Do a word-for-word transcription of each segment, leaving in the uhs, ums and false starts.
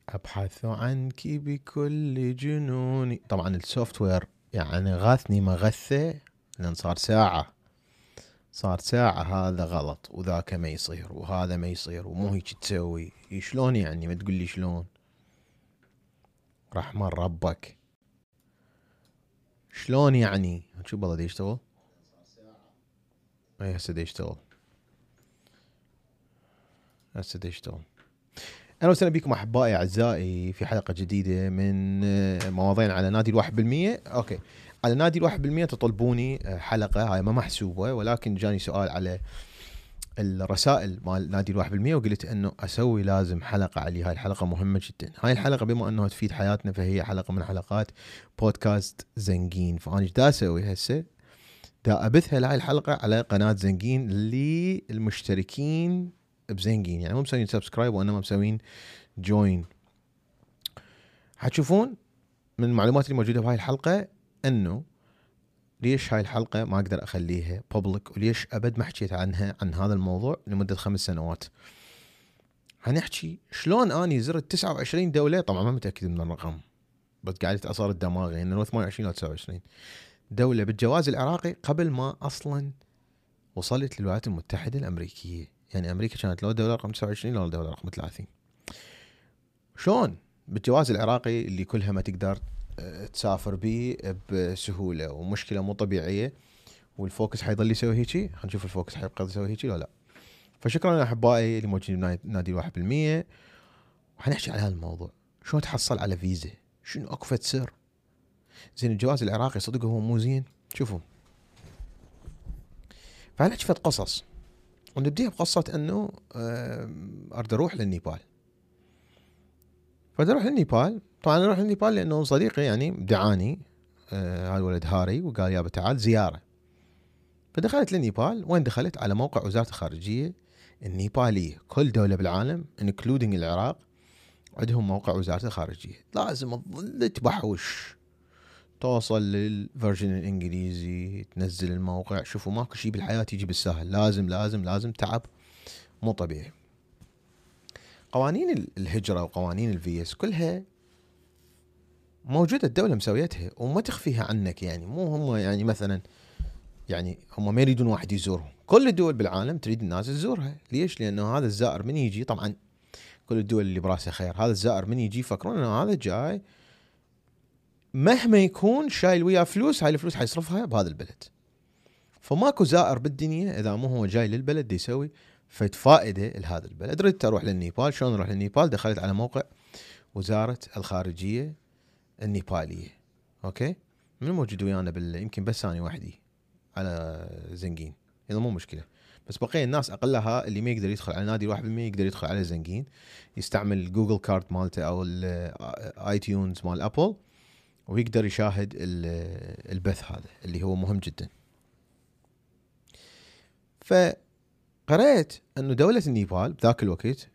أبحث عنك بكل جنوني. طبعا السوفت وير يعني غاثني مغثة، لأن صار ساعة صار ساعة هذا غلط وذاك ما يصير وهذا ما يصير ومو هيك تسوي. شلون يعني؟ ما تقول لي شلون. رحمن ربك، شلون يعني؟ شوف والله دي يشتغل. اي هسه دي يشتغل هسه دي يشتغل. أهلا وسهلا بكم أحبائي أعزائي في حلقة جديدة من مواضيع على نادي الواحد بالمية. أوكي، على نادي الواحد بالمية تطلبوني حلقة، هاي ما محسوبة، ولكن جاني سؤال على الرسائل مال نادي الواحد بالمية وقلت أنه أسوي لازم حلقة عليه. هاي الحلقة مهمة جدا. هاي الحلقة بما أنه تفيد حياتنا فهي حلقة من حلقات بودكاست زنقين. فأنا ايش دا أسوي هسه؟ دا أبثها لهاي الحلقة على قناة زنقين للمشتركين بزنقين، يعني مو مسوين سبسكرايب وانما مسوين جوين. حتشوفون من المعلومات اللي موجودة بهاي الحلقة انه ليش هاي الحلقة ما اقدر اخليها بابليك، وليش ابد ما حكيت عنها عن هذا الموضوع لمدة خمس سنوات. هنحكي شلون اني زرت تسعة وعشرين دولة، طبعا ما متأكد من الرقم بس قاعدة اصار دماغي انه ثمانية وعشرين او تسعة وعشرين دولة بالجواز العراقي قبل ما اصلا وصلت للولايات المتحدة الامريكية. يعني امريكا كانت لو دولة رقم تسعة وعشرين لو دولة رقم ثلاثين. شلون بالجواز العراقي اللي كلها ما تقدر تسافر به بسهولة ومشكلة مو طبيعية، والفوكس حيضل يسوي هيجي. خلينا نشوف الفوكس حيبقى يسوي هيجي ولا لا. فشكرا احبائي اللي موجودين بنادي الواحد بالمية، وحنحكي على هذا الموضوع. شلون تحصل على فيزا؟ شنو اكفت سر؟ زين الجواز العراقي صدق هو مو زين؟ شوفوا، فحنحكي فد قصص، ونبديها بقصة انه اريد اروح للنيبال. فدي اروح للنيبال. طبعا اروح للنيبال لانه صديقي يعني دعاني، آه هذا الولد هاري، وقال يابا تعال زيارة. فدخلت للنيبال. وين دخلت؟ على موقع وزارة الخارجية النيبالية. كل دولة بالعالم انكلودينج العراق عندهم موقع وزارة الخارجية. لازم تظل تبحوش توصل للفيرجن الانجليزي، تنزل الموقع. شوفوا ماكو شيء بالحياة يجي بالسهل، لازم لازم لازم تعب مو طبيعي. قوانين الهجرة وقوانين الفيز كلها موجودة، الدولة مسويتها وما تخفيها عنك. يعني مو هم يعني مثلا يعني هم ما يريدون واحد يزورهم. كل الدول بالعالم تريد الناس تزورها. ليش؟ لأنه هذا الزائر من يجي، طبعا كل الدول اللي براسها خير، هذا الزائر من يجي يفكرون أنه هذا جاي مهما يكون شايل وياه فلوس، هاي الفلوس حيصرفها بهذا البلد. فماكو زائر بالدنيا إذا مو هو جاي للبلد دي يسوي فايد فائدة لهذا البلد. ردت أروح للنيبال. شلون أروح للنيبال؟ دخلت على موقع وزارة الخارجية النيبالية. أوكي، من موجود ويانا بال يمكن بس ثاني وحدي على زنقين، إذا مو مشكلة. بس بقية الناس أقلها اللي ما يقدر يدخل على نادي واحد بالمية يقدر يدخل على زنقين، يستعمل جوجل كارت مالته أو الآي تيونز مال أبل، ويقدر يشاهد البث هذا اللي هو مهم جدا. فقرأت أنه دولة النيبال بذاك الوقت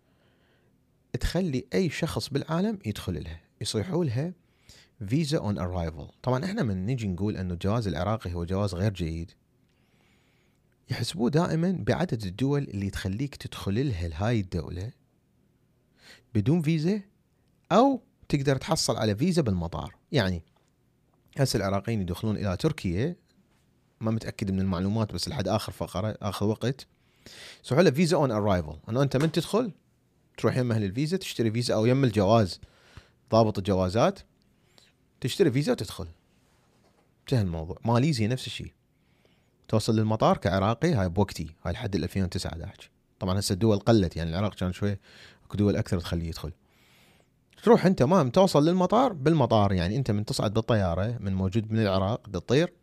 تخلي أي شخص بالعالم يدخل لها، يصيحوا لها فيزا اون ارايفل. طبعا احنا من نجي نقول انه الجواز العراقي هو جواز غير جيد، يحسبوه دائما بعدد الدول اللي تخليك تدخل لها لهاي الدولة بدون فيزا، او تقدر تحصل على فيزا بالمطار. يعني هسه العراقيين يدخلون الى تركيا، ما متأكد من المعلومات بس لحد اخر فقرة اخر وقت سووا له فيزا اون ارايفل، انه انت من تدخل تروح يم اهل الفيزا تشتري فيزا، او يم الجواز ضابط الجوازات تشتري فيزا وتدخل. انتهى الموضوع. ماليزيا نفس الشيء، توصل للمطار كعراقي هاي بوقتي، هاي لحد ألفين وتسعة داحج. طبعا هسه الدول قلت، يعني العراق كان شوي اكو دول اكثر تخليه يدخل. تروح انت ما توصل للمطار بالمطار، يعني انت من تصعد بالطياره من موجود من العراق تطير،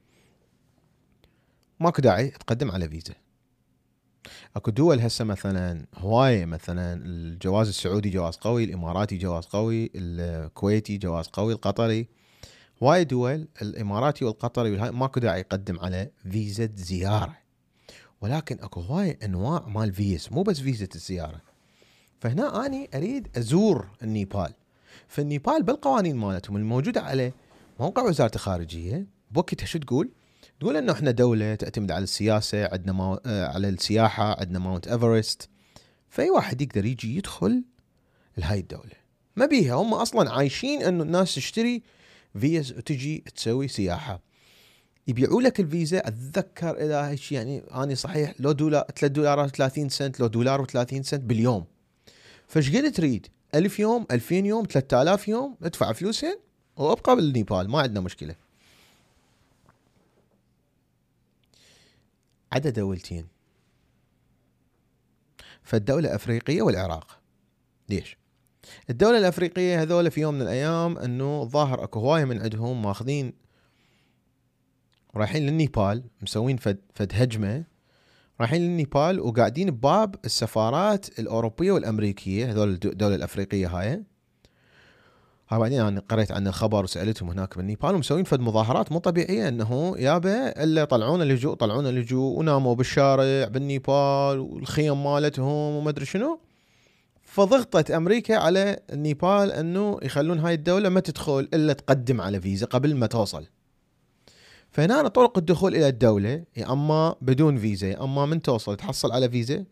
ماكو داعي تقدم على فيزا. اكو دول هسه مثلا هوايه، مثلا الجواز السعودي جواز قوي، الاماراتي جواز قوي، الكويتي جواز قوي، القطري، هواي دول الاماراتي والقطري والهاي ماكو داعي يقدم على فيزا زياره. ولكن اكو هواي انواع مال فيز، مو بس فيزا الزياره. فهنا اني اريد ازور النيبال. فالنيبال بالقوانين مالتهم الموجوده على موقع وزاره الخارجيه بوقتها شو تقول؟ تقول انه احنا دوله تعتمد على السياسه، عندنا مو... آه على السياحه، عندنا ماونت ايفرست. فاي واحد يقدر يجي يدخل لهاي الدوله ما بيها، هم اصلا عايشين انه الناس تشتري فيز وتجي تسوي سياحه. يبيعوا لك الفيزا. اتذكر اذا هيك يعني اني صحيح لو دولار ثلاثة دولارات وثلاثين سنت، لو دولار وثلاثين سنت باليوم. فايش قد تريد؟ ألف يوم، ألفين يوم، ثلاثة آلاف يوم، ادفع فلوسين وابقى بالنيبال، ما عندنا مشكله. عدا دولتين، فالدوله الافريقيه والعراق. ليش؟ الدوله الافريقيه هذول في يوم من الايام انه ظاهر اكو هوايه من عندهم ماخذين رايحين للنيبال، مسوين فد, فد هجمه، رايحين للنيبال وقاعدين بباب السفارات الاوروبيه والامريكيه، هذول الدوله الافريقيه هاي. ها بعدين انا قريت عن الخبر وسالتهم هناك بالنيبال، ومسوين فد مظاهرات مو طبيعيه، انه يابا الا طلعونا اللجوء، طلعونا اللجوء، وناموا بالشارع بالنيبال والخيم مالتهم وما ادري شنو. فضغطت امريكا على النيبال انه يخلون هاي الدوله ما تدخل الا تقدم على فيزا قبل ما توصل. فهنا طرق الدخول الى الدوله يا اما بدون فيزا، يا اما من توصل تحصل على فيزا،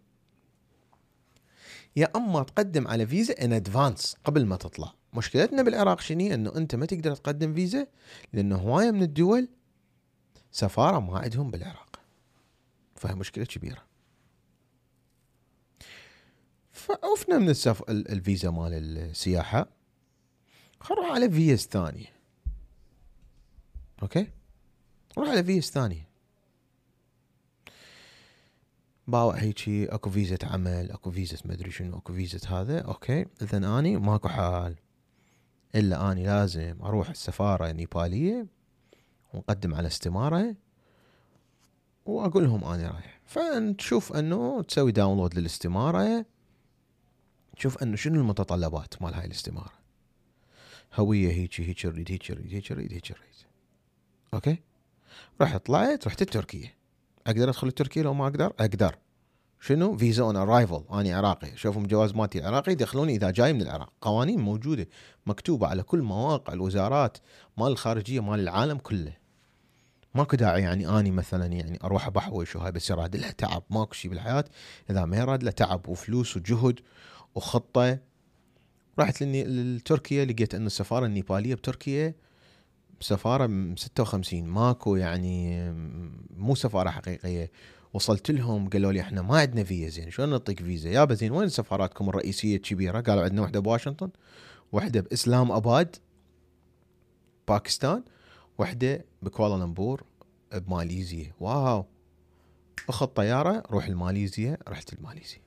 يا اما تقدم على فيزا ان ادفانس قبل ما تطلع. مشكلتنا بالعراق شنو؟ انه انت ما تقدر تقدم فيزا لانه هوايه من الدول سفاره ما عندهم بالعراق، فهي مشكله كبيره. فعوفنا من السف... الفيزا مال السياحه، خلينا نروح على فيز ثانيه. اوكي، نروح على فيز ثانيه. باوع هيجي اكو فيزا عمل، اكو فيزا ما ادري شنو، اكو فيزا هذا. اوكي، اذا اني ماكو حال الا اني لازم اروح السفاره النيباليه ونقدم على استماره واقول لهم اني رايح. فنشوف انه تسوي داونلود للاستماره، تشوف انه شنو المتطلبات مال هاي الاستماره، هويه هيجي هيك اريد، هيك اريد، هيك اريد، هيك اريد. اوكي، رحت طلعت رحت تركيا. اقدر ادخل تركيا لو ما اقدر؟ اقدر. شنو؟ فيزا اون ارايفل، اني عراقي، شوفوا الجواز مالتي عراقي، دخلوني اذا جاي من العراق. قوانين موجوده مكتوبه على كل مواقع الوزارات مال الخارجيه مال العالم كله. ماكو داعي يعني اني مثلا يعني اروح بحوش وهاي بس يراد لها تعب. ماكو شيء بالحياه اذا ما يراد له تعب وفلوس وجهد وخطه. رحت لتركيا، لقيت انه السفاره النيباليه بتركيا سفاره ستة وخمسين، ماكو يعني مو سفاره حقيقيه. وصلت لهم قالوا لي احنا ما عندنا فيزا. يعني شلون نعطيك فيزا يابا؟ زين وين سفاراتكم الرئيسيه الكبيره؟ قالوا عندنا واحده بواشنطن، واحده باسلام اباد باكستان، واحده بكوالالمبور بماليزيا. واو، اخذ طياره روح الماليزيا. رحت الماليزيا.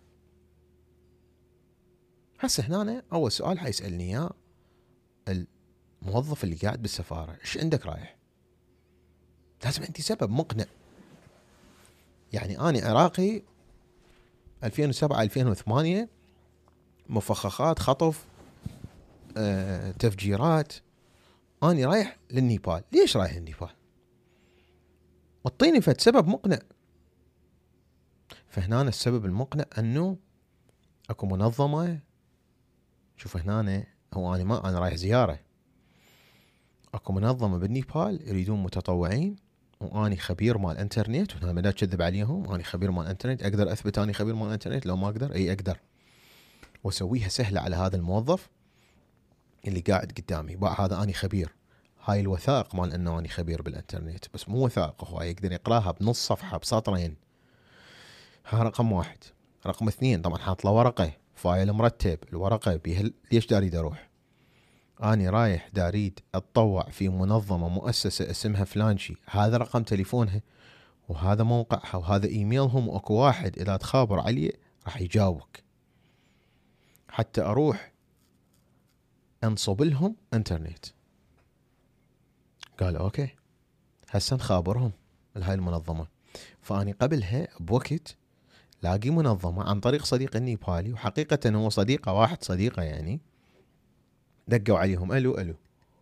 هسه هنا اول سؤال حيسالني اياه الموظف اللي قاعد بالسفاره، ايش عندك رايح؟ لازم عندي سبب مقنع. يعني أنا عراقي ألفين وسبعة ألفين وثمانية، مفخخات، خطف، أه، تفجيرات. أنا رايح للنيبال. ليش رايح للنيبال؟ اعطيني فد سبب مقنع. فهنا السبب المقنع أنه أكو منظمة. شوف هنا هو أنا ما أنا رايح زيارة. أكو منظمة بالنيبال يريدون متطوعين، واني خبير مال انترنت، وانا ما اكذب عليهم، اني خبير مال انترنت. اقدر اثبت اني خبير مال انترنت لو ما اقدر؟ اي اقدر، واسويها سهله على هذا الموظف اللي قاعد قدامي. بقى هذا اني خبير، هاي الوثائق مال انه اني خبير بالانترنت، بس مو وثائق، هو يقدر يقراها بنص صفحه بسطرين. ها رقم واحد. رقم اثنين، طبعا حاط له ورقه، فايل مرتب، الورقه بيهل. ليش داري اروح؟ أنا رايح داريد أتطوع في منظمة مؤسسة اسمها فلانشي، هذا رقم تليفونها وهذا موقعها وهذا إيميلهم، وأكو واحد إذا تخابر عليه راح يجاوبك. حتى أروح أنصب لهم إنترنت. قال أوكي، هسه نخابرهم لهاي المنظمة. فأني قبلها بوقت لاقي منظمة عن طريق صديق النيبالي، وحقيقة هو صديقة واحد صديقة يعني، دقوا عليهم الو الو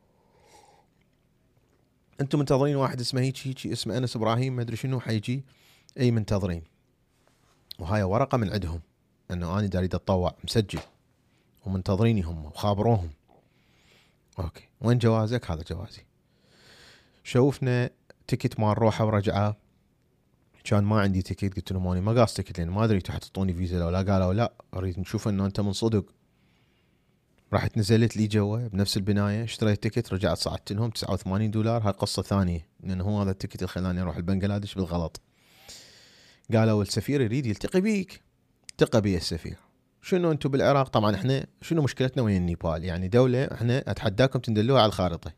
انتم منتظرين واحد اسمه هيك هيك اسمه انس ابراهيم ما ادري شنو حيجي؟ اي منتظرين. وهاي ورقه من عندهم انه انا داري اتطوع مسجل، ومنتظريني هم وخابروهم. اوكي، وين جوازك؟ هذا جوازي. شوفنا تكت مال روحه ورجعه. كان ما عندي تكت، قلت لهم اني ما قاص تكت لان ما ادري انتم حتعطوني فيزا لو لا. قالوا لا، اريد نشوف انه انت من صدق. راحت نزلت لي جوا بنفس البنايه، اشتريت تيكت، رجعت صعدت لهم تسعة وثمانين دولار. هاي قصه ثانيه، لانه هو هذا التيكت اللي خلاني اروح البنغلاديش بالغلط. قالوا السفير يريد يلتقي بيك. التقى بي السفير. شنو انتم بالعراق؟ طبعا احنا شنو مشكلتنا ويا النيبال؟ يعني دوله احنا اتحداكم تندلوها على الخارطه.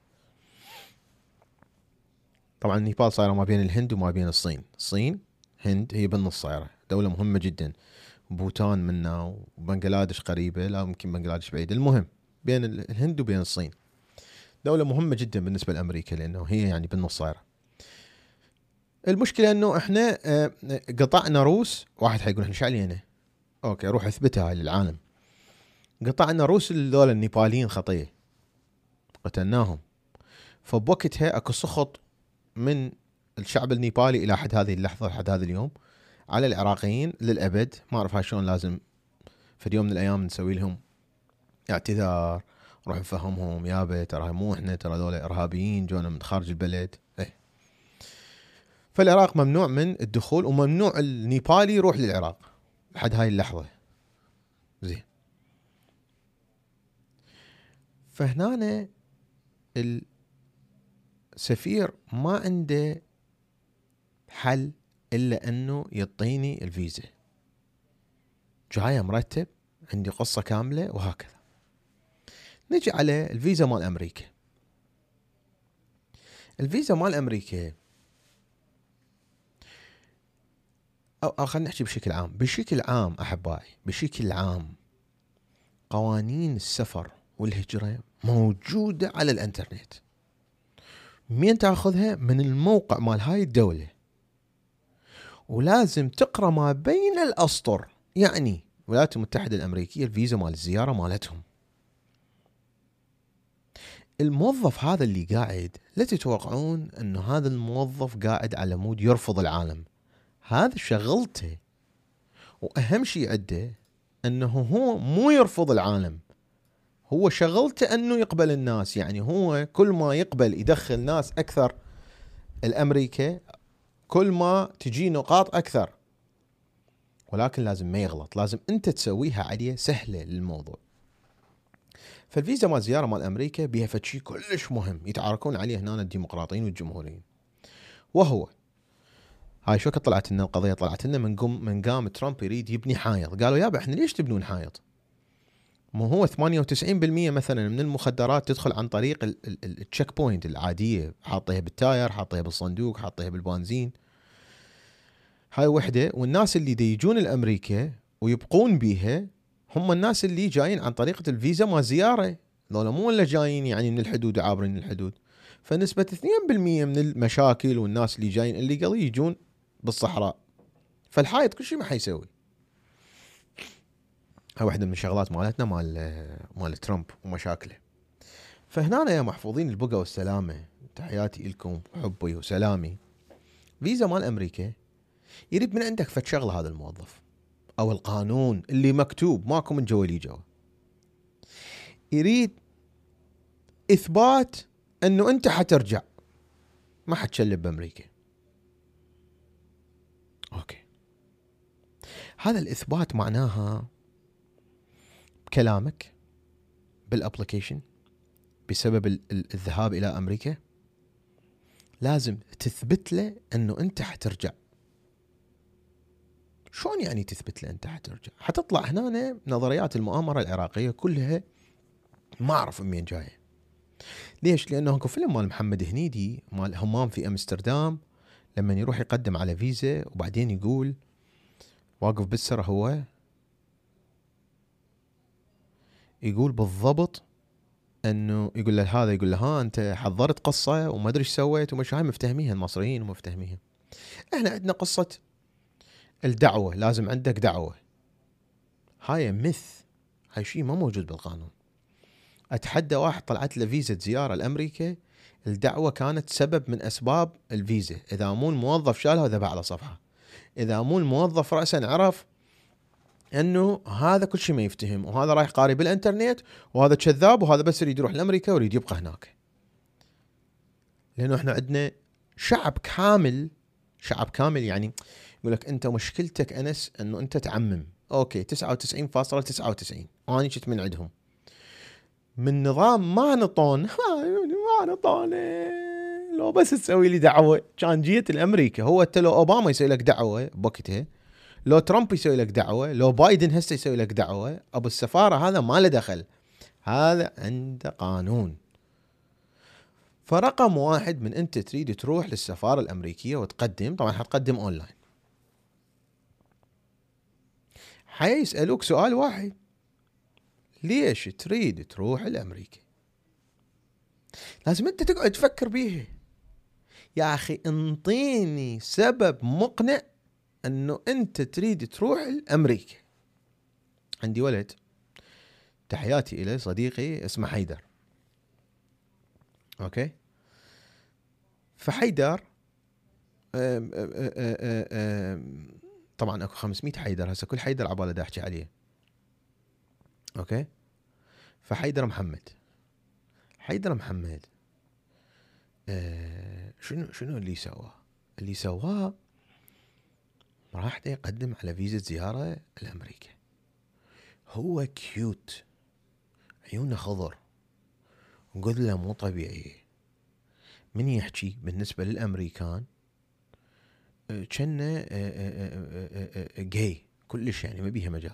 طبعا النيبال صايره ما بين الهند وما بين الصين. الصين هند هي بالنص صايره، دوله مهمه جدا. بوتان منا وبنغلاديش قريبه، لا يمكن بنغلاديش بعيده. المهم بين الهند وبين الصين، دوله مهمه جدا بالنسبه لامريكا، لانه هي يعني بالنص صايره. المشكله انه احنا قطعنا روس. واحد حيقول احنا شعلينا، اوكي روح اثبتها هاي للعالم. قطعنا روس ذول النيباليين خطيه، قتلناهم. فبوقتها اكو سخط من الشعب النيبالي الى حد هذه اللحظه، لحد هذا اليوم، على العراقيين للابد. ما اعرف هاي شلون، لازم في اليوم من الايام نسوي لهم اعتذار، نروح نفهمهم يابا ترى مو احنا، ترى ذول ارهابيين جونا من خارج البلد. ايه. فالعراق ممنوع من الدخول، وممنوع النيبالي يروح للعراق لحد هاي اللحظه. زين. فهنا السفير ما عنده حل إلا أنه يعطيني الفيزا. جاية مرتب، عندي قصة كاملة وهكذا. نجي على الفيزا مال أمريكا. الفيزا مال أمريكا، أو, أو خلينا نحكي بشكل عام. بشكل عام أحبائي، بشكل عام قوانين السفر والهجرة موجودة على الانترنت. مين تأخذها؟ من الموقع مال هاي الدولة، ولازم تقرأ ما بين الأسطر. يعني الولايات المتحدة الأمريكية الفيزا مال الزيارة مالتهم. الموظف هذا اللي قاعد، لا تتوقعون أنه هذا الموظف قاعد على مود يرفض العالم. هذا شغلته، وأهم شيء عنده أنه هو مو يرفض العالم، هو شغلته أنه يقبل الناس. يعني هو كل ما يقبل يدخل ناس أكثر الأمريكا، كل ما تجي نقاط أكثر. ولكن لازم ما يغلط، لازم أنت تسويها عليه سهلة للموضوع. فالفيزا مال زيارة مال أمريكا بيها فشي كلش مهم يتعاركون عليه هنا الديمقراطيين والجمهوريين، وهو هاي شو طلعت لنا القضية؟ طلعت لنا من قم من قام ترامب يريد يبني حائط. قالوا يابا احنا ليش تبنون حائط؟ ما هو ثمانية وتسعين بالمئة مثلا من المخدرات تدخل عن طريق التشيك بوينت العادية، حاطيها بالتاير، حاطيها بالصندوق، حاطيها بالبنزين. هاي وحدة. والناس اللي دي يجون الأمريكا ويبقون بيها هم الناس اللي جايين عن طريقة الفيزا ما زيارة، ذولا مو اللي جايين يعني من الحدود وعابرين الحدود. فنسبة اثنين بالمئة من المشاكل والناس اللي جايين اللي قضي يجون بالصحراء. فالحائط كل شيء ما حيسوي. هاي واحدة من الشغلات مالتنا مال مال ترامب ومشاكله. فهنا يا محفوظين البقى والسلامة، تحياتي لكم وحبي وسلامي. فيزا مال أمريكا يريد من عندك فد شغلة هذا الموظف، أو القانون اللي مكتوب ماكو من جوا لي جوا، يريد إثبات أنه أنت حترجع، ما حتشلب بأمريكا. أوكي. هذا الإثبات معناها بكلامك بالأبليكيشن بسبب الذهاب إلى أمريكا لازم تثبت له أنه أنت حترجع. شلون يعني تثبت له أنت حترجع؟ حتطلع هنا نظريات المؤامرة العراقية كلها ما أعرف من جاية. ليش؟ لأنه هناك فيلم مال محمد هنيدي مال همام في أمستردام، لما يروح يقدم على فيزا وبعدين يقول واقف بالسرة، هو يقول بالضبط انه يقول له هذا، يقول له ها انت حضرت قصة وما ادري ايش سويت ومش هاي مفتهميها المصريين ومفتهميها. احنا عندنا قصة الدعوة، لازم عندك دعوة. هاي مث، هاي شيء ما موجود بالقانون. اتحدى واحد طلعت له فيزا زيارة لأمريكا، الدعوة كانت سبب من اسباب الفيزا. اذا مو الموظف شالها وذبح على صفحة، اذا مو الموظف رأسا عرف انه هذا كل شيء ما يفتهم، وهذا رايح قاري بالانترنت، وهذا كذاب، وهذا بس يريد يروح لامريكا ويريد يبقى هناك. لانه احنا عندنا شعب كامل، شعب كامل يعني يقول لك انت مشكلتك انس انه انت تعمم. اوكي تسعة وتسعين فاصلة تسعة وتسعين وانا جيت من عندهم. من نظام ما نطون ما نطون لو بس تسوي لي دعوه كان جيت الامريكا. هو انت لو اوباما يسوي لك دعوه بوقتها، لو ترامب يسوي لك دعوه، لو بايدن هسه يسوي لك دعوه، ابو السفاره هذا ما له دخل، هذا عنده قانون. فرقم واحد، من انت تريد تروح للسفاره الامريكيه وتقدم، طبعا حتقدم اونلاين، حيسالوك سؤال واحد: ليش تريد تروح لامريكا؟ لازم انت تقعد تفكر بيها. يا اخي انطيني سبب مقنع انه انت تريد تروح لامريكا. عندي ولد، تحياتي اليه، صديقي اسمه حيدر، اوكي. فحيدر أم أم أم أم طبعا اكو خمسمية حيدر هسه، كل حيدر عباله دا احكي عليه، اوكي. فحيدر محمد، حيدر محمد أه شنو شنو اللي سواه؟ اللي سواه راح يقدم على فيزا زياره لامريكا. هو كيوت، عيونه خضر، وقذله مو طبيعيه، من يحكي بالنسبه للامريكان كأنه جاي كلش، يعني ما بيها مجال.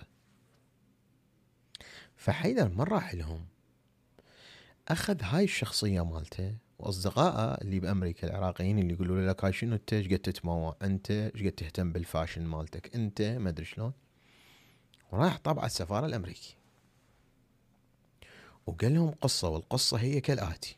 فحيدر من راح لهم، اخذ هاي الشخصيه مالته واصدقائه اللي بامريكا العراقيين اللي يقولوا لك هاي شنو انت ايش قد تتموع، انت ايش قد تهتم بالفاشن مالتك، انت ما ادري شلون. وراح طبع السفاره الامريكي وقال لهم قصه، والقصه هي كالاتي: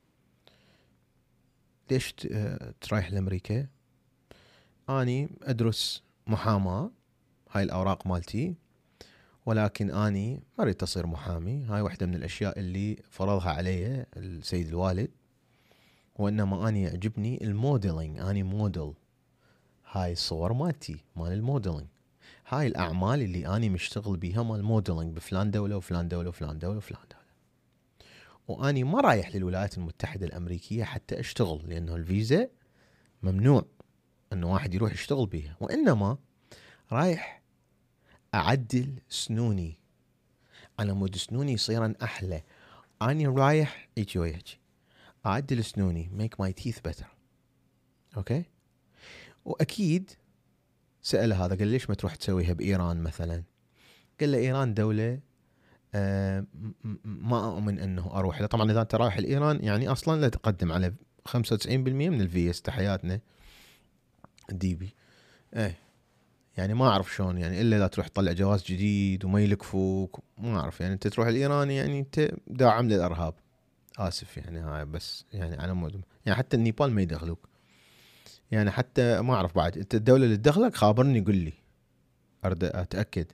ليش ترايح لامريكا؟ اني ادرس محاماه، هاي الاوراق مالتي، ولكن اني ما اريد اصير محامي، هاي واحده من الاشياء اللي فرضها علي السيد الوالد، وانما اني يعجبني الموديلينج، اني موديل، هاي الصور مالتي مال الموديلينج، هاي الاعمال اللي اني مشتغل بيها مال الموديلينج بفلان دوله وفلان دوله وفلان دوله وفلان دوله. واني ما رايح للولايات المتحده الامريكيه حتى اشتغل، لانه الفيزا ممنوع انه واحد يروح يشتغل بيها، وانما رايح اعدل سنوني على مود سنوني يصيرن احلى. اني رايح هيجي وياك اعدل سنوني، make my teeth better، اوكي. واكيد سأله هذا، قال ليش ما تروح تسويها بايران مثلا؟ قال له ايران دولة آه ما اؤمن انه اروح لها. طبعا اذا انت رايح لايران يعني اصلا لا تقدم على خمسة وتسعين بالمئة من الفيز، تحياتنا ديبي، ايه يعني ما اعرف شلون، يعني الا اذا تروح تطلع جواز جديد وما يلكفوك، ما اعرف، يعني انت تروح الايران يعني انت داعم للارهاب، اسف يعني، هاي بس يعني على مود، يعني حتى النيبال ما يدخلوك، يعني حتى ما اعرف بعد انت الدوله اللي تدخلك خابرني قل لي ارد اتاكد.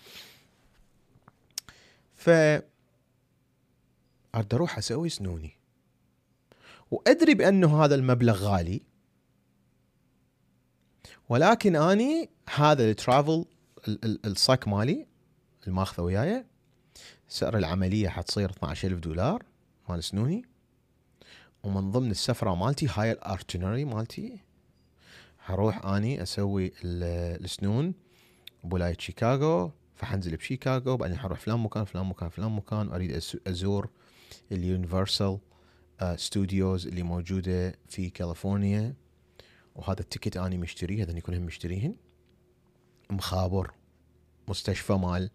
ف ارد اروح اسوي سنوني، وادري بانه هذا المبلغ غالي، ولكن اني هذا الترافل الصك مالي الماخذه وياي، سعر العمليه حتصير اثناعش ألف دولار مال سنوني، ومن ضمن السفره مالتي هاي الارتنري مالتي هروح اني اسوي السنون بولايه شيكاغو، فحنزل بشيكاغو، بعدين حروح فلان مكان فلان مكان فلان مكان، واريد ازور اليونيفرسال ستوديوز اللي موجوده في كاليفورنيا، وهذا التيكت اني مشتريه، هذا كلهم مشتريهن. مخابر مستشفى مال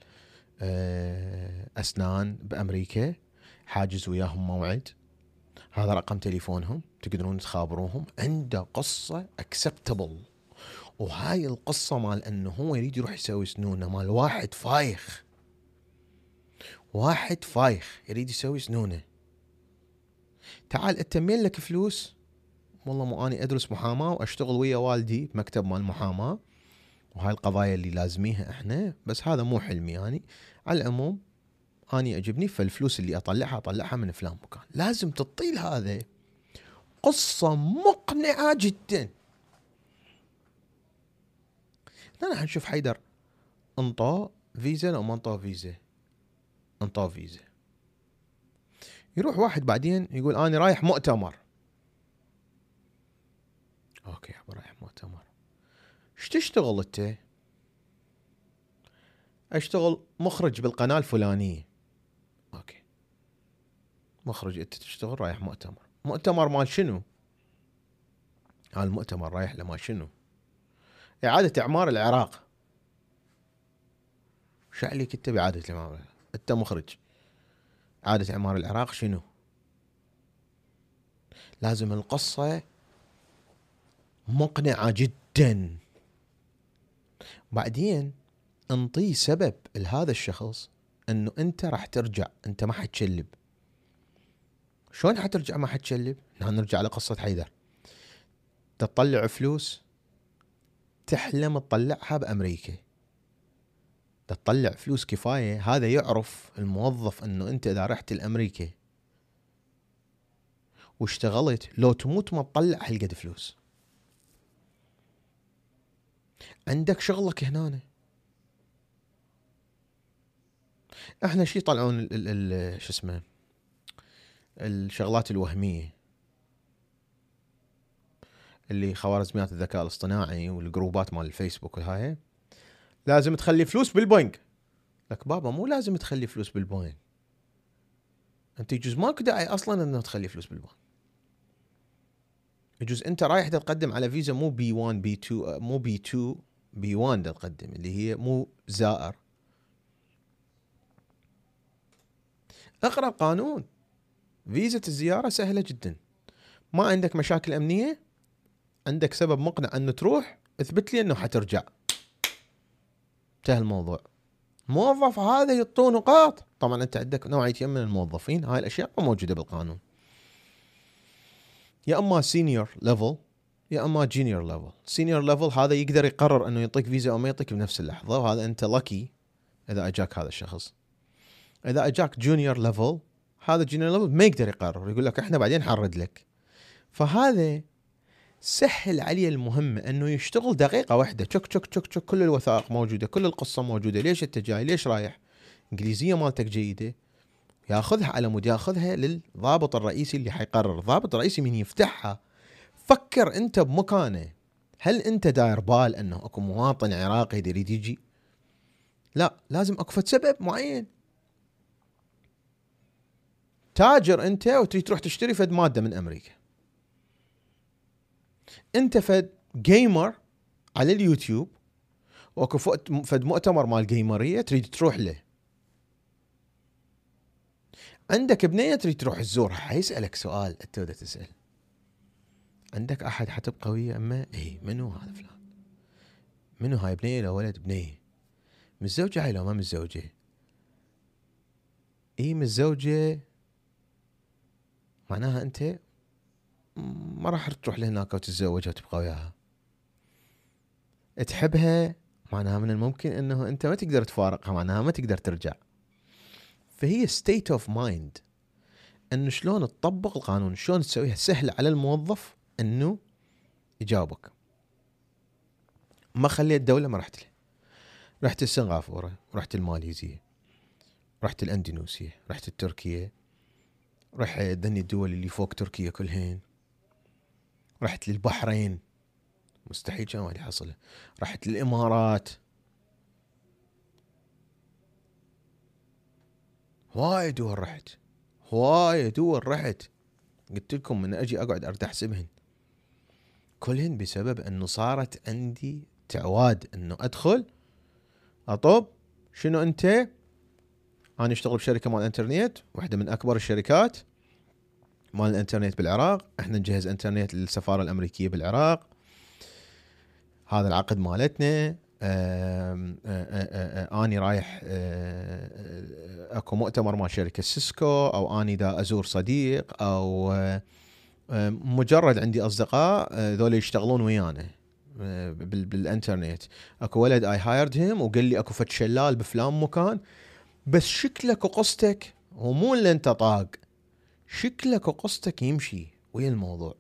اسنان بامريكا حاجز وياهم موعد، هذا رقم تليفونهم تقدرون تخابروهم، عنده قصه اكسبتبل. وهاي القصه مال انه هو يريد يروح يسوي سنونه مال واحد فايخ، واحد فايخ يريد يسوي سنونه. تعال انت مين لك فلوس؟ والله مو اني ادرس محاماه واشتغل ويا والدي بمكتب مال محاماه، وهاي القضايا اللي لازميها احنا، بس هذا مو حلمي يعني. على العموم اني يعجبني، فالفلوس اللي اطلعها اطلعها من فلان مكان. لازم تطيل هذا قصه مقنعه جدا. انا حنشوف حيدر انطاه فيزا لو ما انطاه فيزا، انطاه فيزا. يروح واحد بعدين يقول انا رايح مؤتمر. اوكي يا رايح مؤتمر، ايش تشتغل انت؟ اشتغل مخرج بالقناه الفلانيه. اوكي، مخرج انت تشتغل رايح مؤتمر، مؤتمر مال شنو؟ هذا المؤتمر رايح لما شنو؟ إعادة إعمار العراق. شو عليك انت بإعادة إعمار؟ انت مخرج، إعادة إعمار العراق شنو؟ لازم القصة مقنعة جدا، بعدين انطيه سبب لهذا الشخص انه انت راح ترجع، انت ما حتشلب. شلون حترجع ما حتشلب؟ نحن نرجع لقصة حيدر. تطلع فلوس تحلم تطلعها بأمريكا، تطلع فلوس كفاية، هذا يعرف الموظف انه انت اذا رحت لأمريكا واشتغلت لو تموت ما تطلع هالقد فلوس. عندك شغلك هنا. احنا شي طلعون ال ال شو اسمه الشغلات الوهمية اللي خوارزميات الذكاء الاصطناعي والجروبات مال الفيسبوك وهاي، لازم تخلي فلوس بالبنك. لك بابا مو لازم تخلي فلوس بالبنك، انت يجوز ماكو داعي اصلا انه تخلي فلوس بالبنك. يجوز انت رايح تقدم على فيزا مو بي واحد بي اثنين مو بي اثنين بي واحد تقدم، اللي هي مو زائر. اقرأ القانون. فيزا الزيارة سهلة جدا، ما عندك مشاكل أمنية، عندك سبب مقنع أنه تروح، اثبت لي أنه حترجع، انتهى الموضوع. موظف هذا يعطوه نقاط. طبعا أنت عندك نوعيتين من الموظفين، هاي الأشياء ما موجودة بالقانون، يا أما سينيور ليفل يا أما جونيور ليفل. سينيور ليفل هذا يقدر يقرر أنه يعطيك فيزا أو ما يعطيك بنفس اللحظة، وهذا أنت لكي إذا أجاك هذا الشخص. إذا أجاك جونيور ليفل، هذا جونيور ليفل ما يقدر يقرر، يقول لك إحنا بعدين حنرد لك. فهذا سهل عليه المهمة أنه يشتغل دقيقة واحدة، تشك تشك تشك تشك، كل الوثائق موجودة، كل القصة موجودة، ليش أنت جاي، ليش رايح، إنجليزية مالتك جيدة، ياخذها على مود ياخذها للضابط الرئيسي اللي حيقرر. الضابط الرئيسي من يفتحها، فكر أنت بمكانه، هل أنت داير بال أنه أكو مواطن عراقي يريد يجي؟ لا، لازم أكو سبب معين. تاجر أنت وتريد تروح تشتري فد مادة من أمريكا، أنت فد جيمر على اليوتيوب واكو فد مؤتمر مال جيمرية تريد تروح له، عندك بنية تريد تروح تزورها، حيسألك سؤال انت بدك تسأل، عندك أحد حتبقى ويا أمه؟ إيه، منو هذا فلان؟ منو هاي بنية لو ولد؟ بنية. متزوجة هاي لو ما متزوجة؟ إيه متزوجة. معناها أنت ما راح تروح لهناك وتتزوجها وتبقى وياها. تحبها، معناها من الممكن أنه أنت ما تقدر تفارقها، معناها ما تقدر ترجع. فهي state of mind، أنه شلون تطبق القانون، شلون تسويها سهل على الموظف أنه يجاوبك. ما خليت دولة ما رحت له، رحت سنغافورة، رحت الماليزية، رحت الأندونيسيا، رحت التركية، رحت ذني الدول اللي فوق تركيا كلهن، رحت للبحرين، مستحيل كان واحد يحصله، رحت للإمارات، هواي دول رحت، هواي دول رحت، قلت لكم من أجي أقعد أرد أحسبهن كلهن بسبب أنه صارت عندي تعواد أنه أدخل أطب. شنو أنت؟ أنا أشتغل بشركة مال الإنترنت، واحدة من أكبر الشركات مال الإنترنت بالعراق، إحنا نجهز إنترنت للسفارة الأمريكية بالعراق، هذا العقد مالتنا. أني رايح أكو مؤتمر مال شركة سيسكو، أو أني دا أزور صديق، أو مجرد عندي أصدقاء ذول يشتغلون ويانا بالإنترنت، أكو ولد I hired him وقال لي أكو فد شلال بفلان مكان، بس شكلك وقصتك ومو اللي أنت طاق، شكلك وقصتك يمشي ويا الموضوع.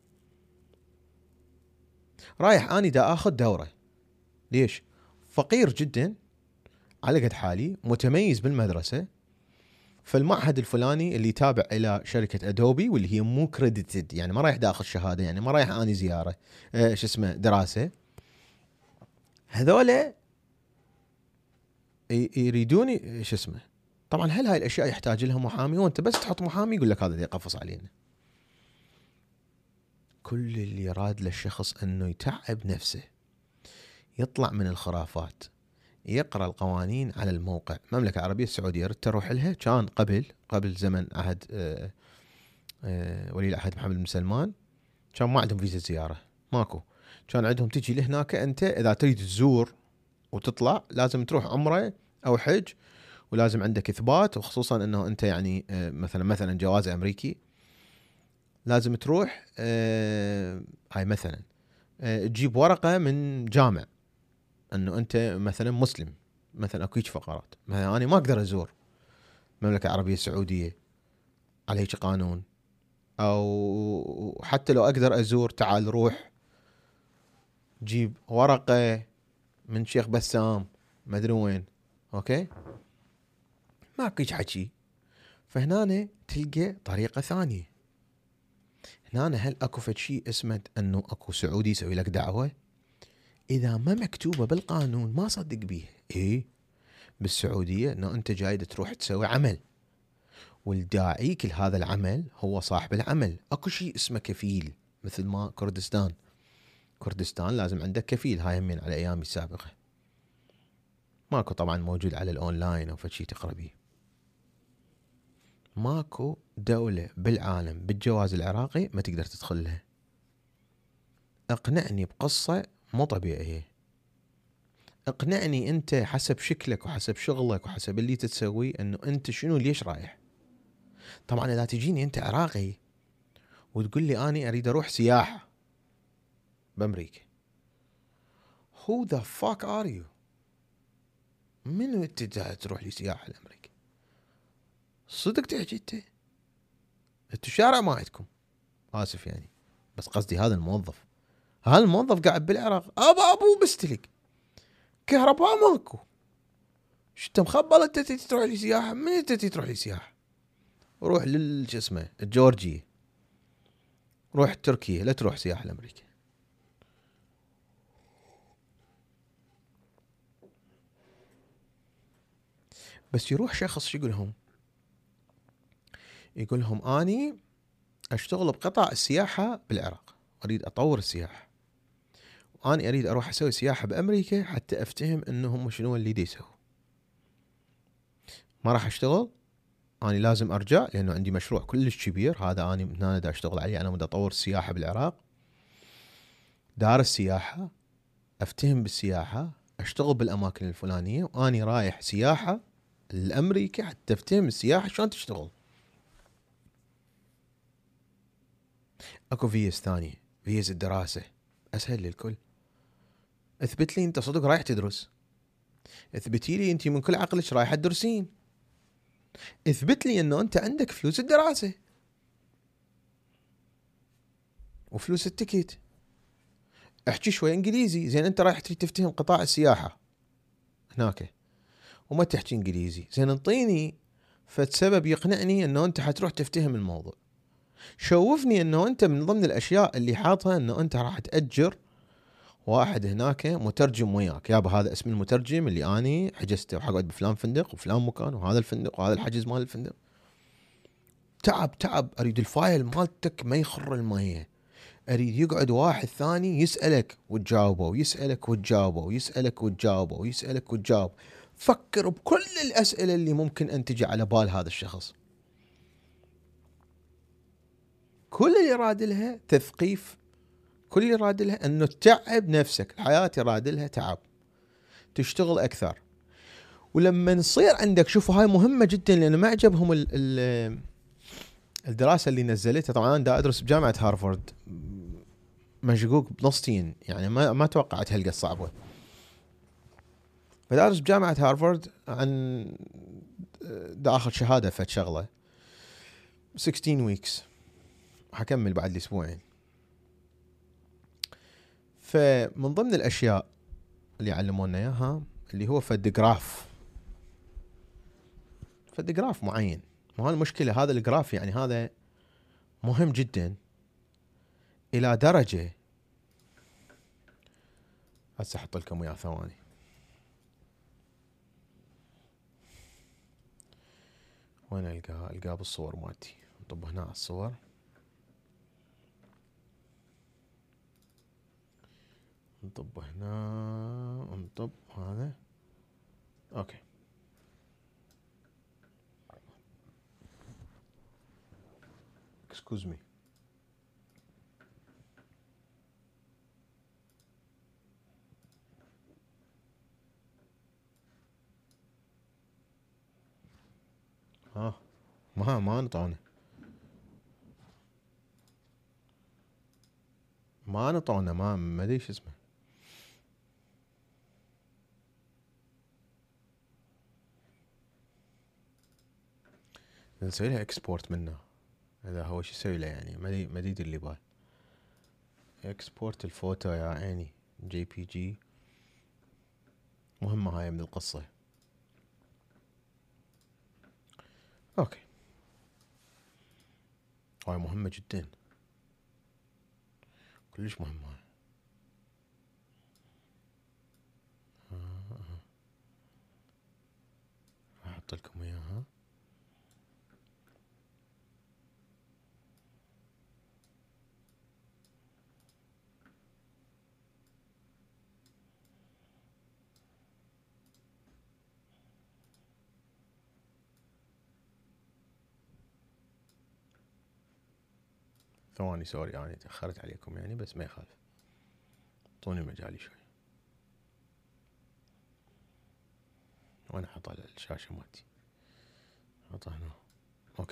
رايح أني دا أخذ دورة، ليش؟ فقير جدا على قد حالي، متميز بالمدرسة، فالمعهد الفلاني اللي تابع إلى شركة أدوبي واللي هي مو كريديتد، يعني ما رايح داخل شهادة، يعني ما رايح أني زيارة آه شو اسمه دراسة، هذولا يريدوني شو اسمه طبعا هل هاي الاشياء يحتاج لها محامي؟ وانت بس تحط محامي يقول لك هذا اللي يقفص علينا. كل اللي يراد للشخص انه يتعب نفسه، يطلع من الخرافات، يقرأ القوانين على الموقع. المملكة العربية السعودية ردت اروح لها، كان قبل قبل زمن عهد آه آه ولي العهد محمد بن سلمان، كان ما عندهم فيزا زيارة، ماكو. كان عندهم تجي لهناك انت اذا تريد تزور وتطلع لازم تروح عمرة او حج، ولازم عندك اثبات، وخصوصا انه انت يعني آه مثلا مثلا جواز امريكي لازم تروح آه هاي مثلا آه تجيب ورقة من جامع انه انت مثلا مسلم، مثلا اكو هيك فقرات. مثلا انا ما اقدر ازور المملكه العربيه السعوديه على هيك قانون، او حتى لو اقدر ازور تعال روح جيب ورقه من شيخ بسام ما ادري وين، اوكي ما اكو هيك حكي. فهنا تلقى طريقه ثانيه. هنا هل اكو فد شيء اسمه انه اكو سعودي يسوي لك دعوه؟ اذا ما مكتوبه بالقانون ما صدق بيها. ايه بالسعوديه انه انت جاي تروح تسوي عمل، والداعيك لهذا العمل هو صاحب العمل. اكو شيء اسمه كفيل، مثل ما كردستان كردستان لازم عندك كفيل. هاي من على ايامي السابقه، ماكو طبعا موجود على الاونلاين او فشي تقرا بيه. ماكو دوله بالعالم بالجواز العراقي ما تقدر تدخل لها. اقنعني بقصه مو طبيعيه، اقنعني انت حسب شكلك وحسب شغلك وحسب اللي تتسوي انه انت شنو ليش رايح. طبعا اذا تجيني انت عراقي وتقول لي اني اريد اروح سياحه بامريكا، who the fuck are you؟ منو انت تروح لي سياحه لامريكا؟ صدق تحكي انت؟ انتو شارع ما عندكم، اسف يعني، بس قصدي هذا الموظف هذا الموظف قاعد بالعراق ابا ابوه بستلك كهرباء ماكو. شو مخبل انت تروح لي سياحه؟ من انت تروح لي سياحه؟ روح لل شو اسمه الجورجية، روح تركيا، لا تروح سياحه لامريكا. بس يروح شخص شو يقول لهم؟ يقول لهم اني اشتغل بقطاع السياحه بالعراق، اريد اطور السياحه، واني اريد اروح اسوي سياحه بامريكا حتى افتهم انهم شنو اللي دي يسووا. ما راح اشتغل، اني لازم ارجع لانه عندي مشروع كلش كبير، هذا اني من هنا دا اشتغل عليه. انا بدي اطور السياحه بالعراق، دارس سياحه، افتهم بالسياحه، اشتغل بالاماكن الفلانيه، واني رايح سياحه لامريكا حتى افتهم السياحه شلون تشتغل. اكو فيز ثانيه، فيز الدراسه، اسهل للكل. اثبت لي انت صدق رايح تدرس، اثبتي لي انت من كل عقلك رايحه تدرسين، اثبت لي انه انت عندك فلوس الدراسه وفلوس التكت. احكي شوي انجليزي، زين انت رايح تريد تفتهم قطاع السياحه هناك وما تحكي انجليزي، زين انطيني فد سبب يقنعني انه انت حتروح تفتهم الموضوع. شوفني انه انت من ضمن الاشياء اللي حاطها انه انت راح تأجر واحد هناك مترجم وياك. يابا هذا اسم المترجم اللي اني حجزته وحقعد بفلان فندق وفلان مكان وهذا الفندق وهذا الحجز مال الفندق. تعب تعب، اريد الفايل مالتك ما يخر المية، اريد يقعد واحد ثاني يسألك وتجاوبه ويسألك وتجاوبه ويسألك وتجاوبه ويسألك وتجاوب. فكر بكل الأسئلة اللي ممكن أن تجي على بال هذا الشخص. كل اللي يراد لها تثقيف، كل اللي يراد لها أنه تتعب نفسك. الحياة يراد لها تعب، تشتغل أكثر. ولما نصير عندك، شوفوا هاي مهمة جدا، لأنه ما عجبهم ال ال الدراسة اللي نزلتها. طبعا أنا دا أدرس بجامعة هارفارد، مشقوق بنصتين يعني، ما ما توقعت هالقد صعبة. فدارس بجامعة هارفارد عن دا اخذ شهادة فد شغلة ستة عشر ويكس، حكمل بعد الاسبوعين. فمن ضمن الاشياء اللي علمونا اياها اللي هو فد جراف، فد جراف معين. ما المشكلة هذا الجراف يعني هذا مهم جدا الى درجة، هسه احط لكم اياه ثواني. وين القاها؟ القاها بالصور مالتي. نطب هنا على الصور. نطب هنا، نطب هذا. اوكي. excuse me. ها ما ما نطعونه، ما نطعونه، ما ما ادري شو اسمه. نسوي لها اكسبورت منه، هذا هو شو يسوي له يعني، ما ادري ما ادري اللي بال. اكسبورت الفوتو يا عيني، جي بي جي. مهمة هاي من القصة. اوكي، هاي مهمة جدا، كلش مهمة هاي. احط لكم اياها. ثواني سوري يعني تأخرت عليكم يعني، بس ما يخالف، اعطوني مجالي شوي. وين احط على الشاشة مالتي؟ احطها هنا. اوكي،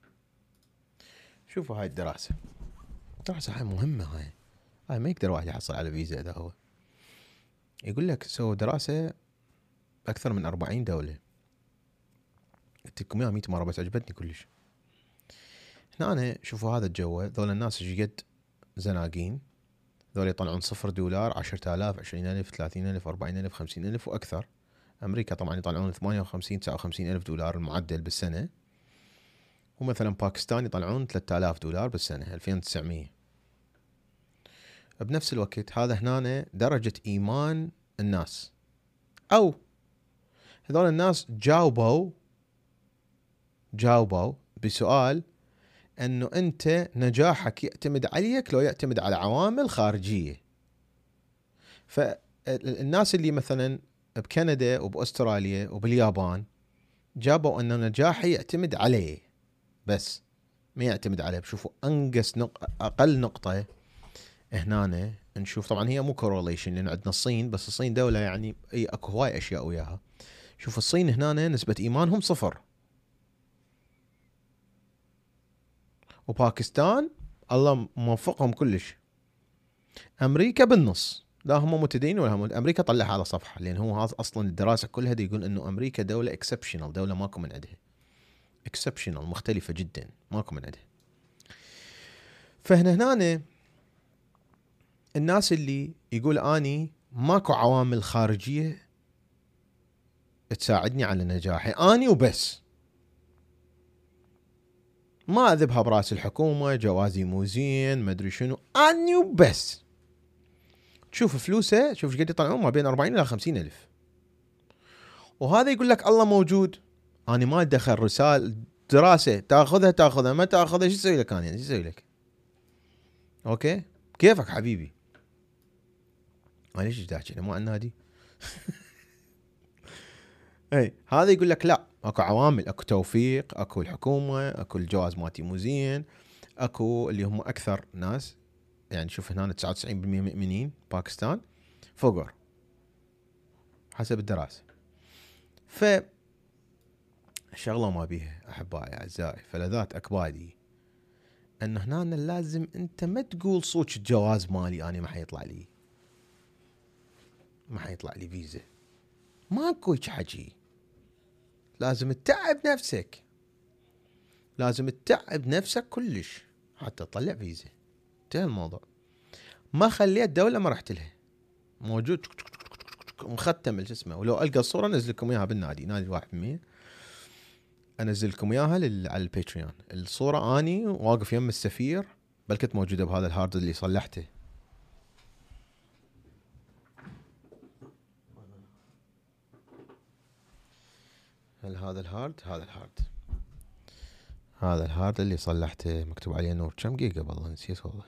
شوفوا هاي الدراسة. الدراسة هاي مهمة، هاي هاي ما يقدر واحد يحصل على فيزا. اذا هو يقول لك سووا دراسة اكثر من أربعين دولة، قلت لكم اياها مية مرة بس عجبتني كلش. هنا أنا شوفوا هذا الجو، ذول الناس ايش قد زناقين. ذول يطلعون صفر دولار، عشرة آلاف، عشرين ألف، ثلاثين ألف، أربعين ألف، خمسين ألف وأكثر. أمريكا طبعا يطلعون ثمانية وخمسين تسعة وخمسين ألف دولار المعدل بالسنة. ومثلا باكستان يطلعون ثلاثة آلاف دولار بالسنة، ألفين وتسعمية. بنفس الوقت هذا هنا درجة إيمان الناس، أو هذول الناس جاوبوا جاوبوا بسؤال أنه أنت نجاحك يعتمد عليك لو يعتمد على عوامل خارجية. فالناس اللي مثلا بكندا وبأستراليا وباليابان جابوا أن نجاحي يعتمد عليه بس، ما يعتمد عليه. بشوفوا أنقص نق... أقل نقطة هنا نشوف. طبعا هي مو كوروليشن لأن عندنا الصين، بس الصين دولة يعني أي أكو هواي أشياء وياها. شوف الصين هنا نسبة إيمانهم صفر، وباكستان الله موفقهم كلش. أمريكا بالنص، لا هم متدينين ولا هم. أمريكا طلعها على صفحة، لأن هو هذا أصلا الدراسة كلها دي يقول إنه أمريكا دولة إكسبشنال، دولة ماكو من عندها، إكسبشنال مختلفة جدا ماكو من عندها. فهنا هنا الناس اللي يقول اني ماكو عوامل خارجية تساعدني على نجاحي، اني وبس، ما اذبها براس الحكومة، جوازي مو زين، ما ادري شنو، اني وبس. تشوف فلوسه، شوف ايش قد يطلعون، ما بين أربعين الى خمسين الف. وهذا يقول لك الله موجود، اني ما ادخل رسالة دراسة، تاخذها تاخذها، ما تاخذها شو اسوي لك انا يعني، شو اسوي لك؟ اوكي كيفك حبيبي. معليش ايش تحكي مو عن النادي. اي هذا يقول لك لا، اكو عوامل، اكو توفيق، اكو الحكومه، اكو الجواز مالتي مو زين، اكو اللي هم اكثر ناس يعني. شوف هنا تسعة وتسعين بالمئة مؤمنين باكستان، فقر حسب الدراسه. ف شغله ما بيها احبائي اعزائي فلذات اكبادي، ان هنا لازم انت ما تقول صوت الجواز مالي انا ما حيطلع لي، ما حيطلع لي فيزا، ماكو هيك حكي. لازم تتعب نفسك، لازم تتعب نفسك كلش حتى تطلع فيزا. انتهى الموضوع. ما خليت دولة ما رحت لها، موجود مختم الجسمه. ولو القى الصورة انزل لكم اياها بالنادي، نادي واحد بالمية، انزل لكم اياها لل... على الباتريون. الصورة اني واقف يم السفير، بل كنت موجودة بهذا الهارد اللي صلحته. هل هذا الهارد؟ هذا الهارد هذا الهارد اللي صلحته مكتوب عليه نور، كم جيجا والله نسيت والله.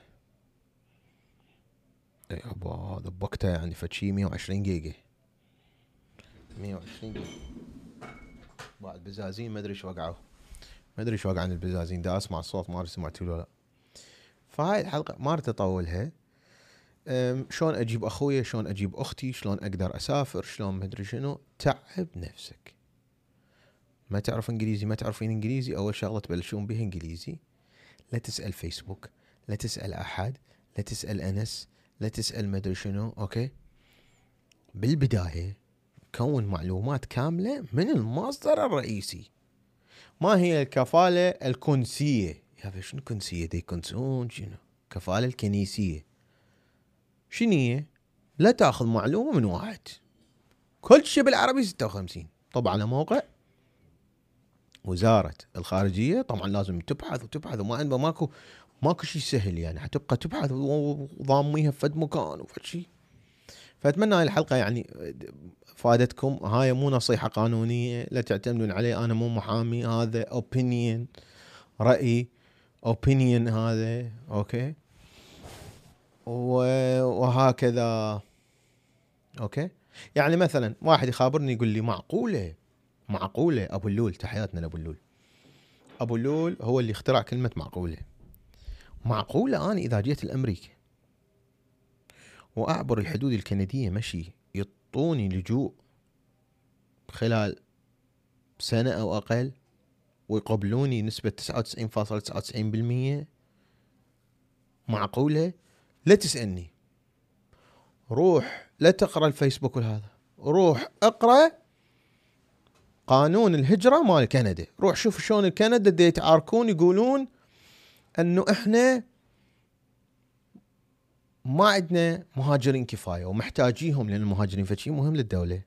اي ابا هذا بوقته يعني فشي مية وعشرين جيجا، مية وعشرين جيجا. بعد بزازين ما ادري ايش وقعوا، ما ادري ايش وقع عن البزازين، دا اسمع الصوت ما ادري سمعتوا له لا. فهاي الحلقه ما اريد اطولها. شلون اجيب اخويا، شلون اجيب اختي، شلون اقدر اسافر، شلون ما ادري شنو. تعب نفسك. ما تعرف انجليزي، ما تعرفين انجليزي، اول شغله تبلشون بها انجليزي. لا تسال فيسبوك، لا تسال احد، لا تسال انس، لا تسال ما ادري شنو. اوكي، بالبدايه كون معلومات كامله من المصدر الرئيسي. ما هي الكفاله الكنسيه؟ يا شنو كنسيه؟ دي كنسون شنو؟ كفاله الكنيسيه شنو هي؟ لا تاخذ معلومه من واحد، كل شيء بالعربي ستة وخمسين. طبعا على موقع وزارة الخارجية طبعا لازم تبحث وتبحث، وما عنده ماكو ماكو شيء سهل يعني، حتبقى تبحث وضاميها في فد مكان وفد شيء. فأتمنى هاي الحلقة يعني فادتكم. هاي مو نصيحة قانونية، لا تعتمدون عليه، أنا مو محامي، هذا opinion، رأي opinion هذا. أوكي، وهكذا. أوكي، يعني مثلا واحد يخابرني يقول لي معقولة معقولة أبو اللول، تحياتنا لأبو اللول. أبو اللول هو اللي اخترع كلمة معقولة. معقولة أنا إذا جيت الأمريكا وأعبر الحدود الكندية مشي يعطوني لجوء خلال سنة أو أقل، ويقبلوني نسبة تسعة وتسعين فاصلة تسعة وتسعين بالمية؟ معقولة؟ لا تسألني، روح لا تقرأ الفيسبوك وهذا، روح اقرأ قانون الهجرة مال كندا، روح شوف شلون الكندا دي يتعاركون يقولون انه احنا ما عندنا مهاجرين كفاية ومحتاجيهم لان المهاجرين فشي مهم للدولة.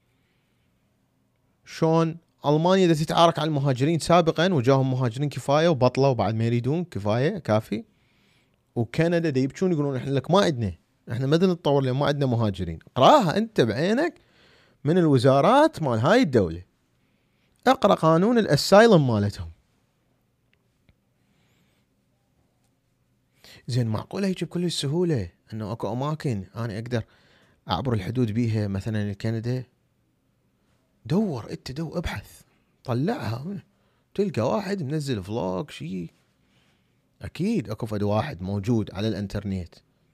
شلون ألمانيا دا تتعارك على المهاجرين سابقا وجاهم مهاجرين كفاية وبطلوا بعد ما يريدون كفاية كافي، وكندا دا يبكون يقولون احنا لك ما عندنا، احنا ما بدنا نتطور لان ما عندنا مهاجرين. اقراها انت بعينك من الوزارات مال هاي الدولة، اقرأ قانون الاسايلم مالتهم. زين معقولة هيك بكل السهولة انه اكو اماكن انا اقدر اعبر الحدود بيها مثلا لكندا؟ دور انت، دور ابحث طلعها، تلقى واحد منزل فلوج شيء، اكيد اكو فد واحد موجود على الانترنت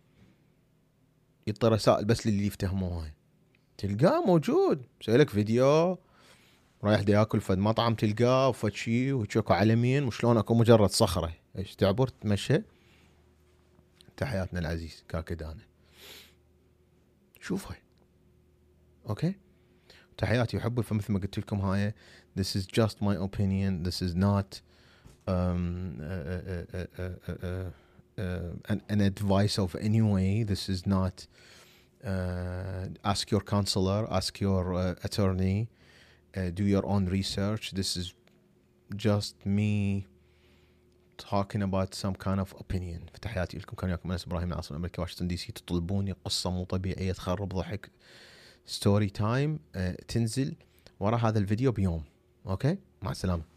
يعطي رسائل بس للي يفتهموها، تلقاه موجود مسوي لك فيديو رايح دا ياكل فد مطعم تلقاه وفد شيء وشوكو علمين وشلون اكو مجرد صخرة ايش تعبر تمشي. تحياتنا العزيز كاكدانا، شوفها. اوكي، تحياتي وحبي. فمثل ما قلت لكم هاي this is just my opinion, this is not um, uh, uh, uh, uh, uh, uh, an, an advice of any way. This is not uh, ask your counselor, ask your uh, attorney, uh, do your own research. This is just me talking about some kind of opinion. فتحياتي لكم، كان وياكم أنس إبراهيم من عاصمة أمريكا واشنطن دي سي. تطلبوني قصة مو طبيعية تخرب ضحك ستوري تايم، أه تنزل ورا هذا الفيديو بيوم. اوكي، مع السلامة.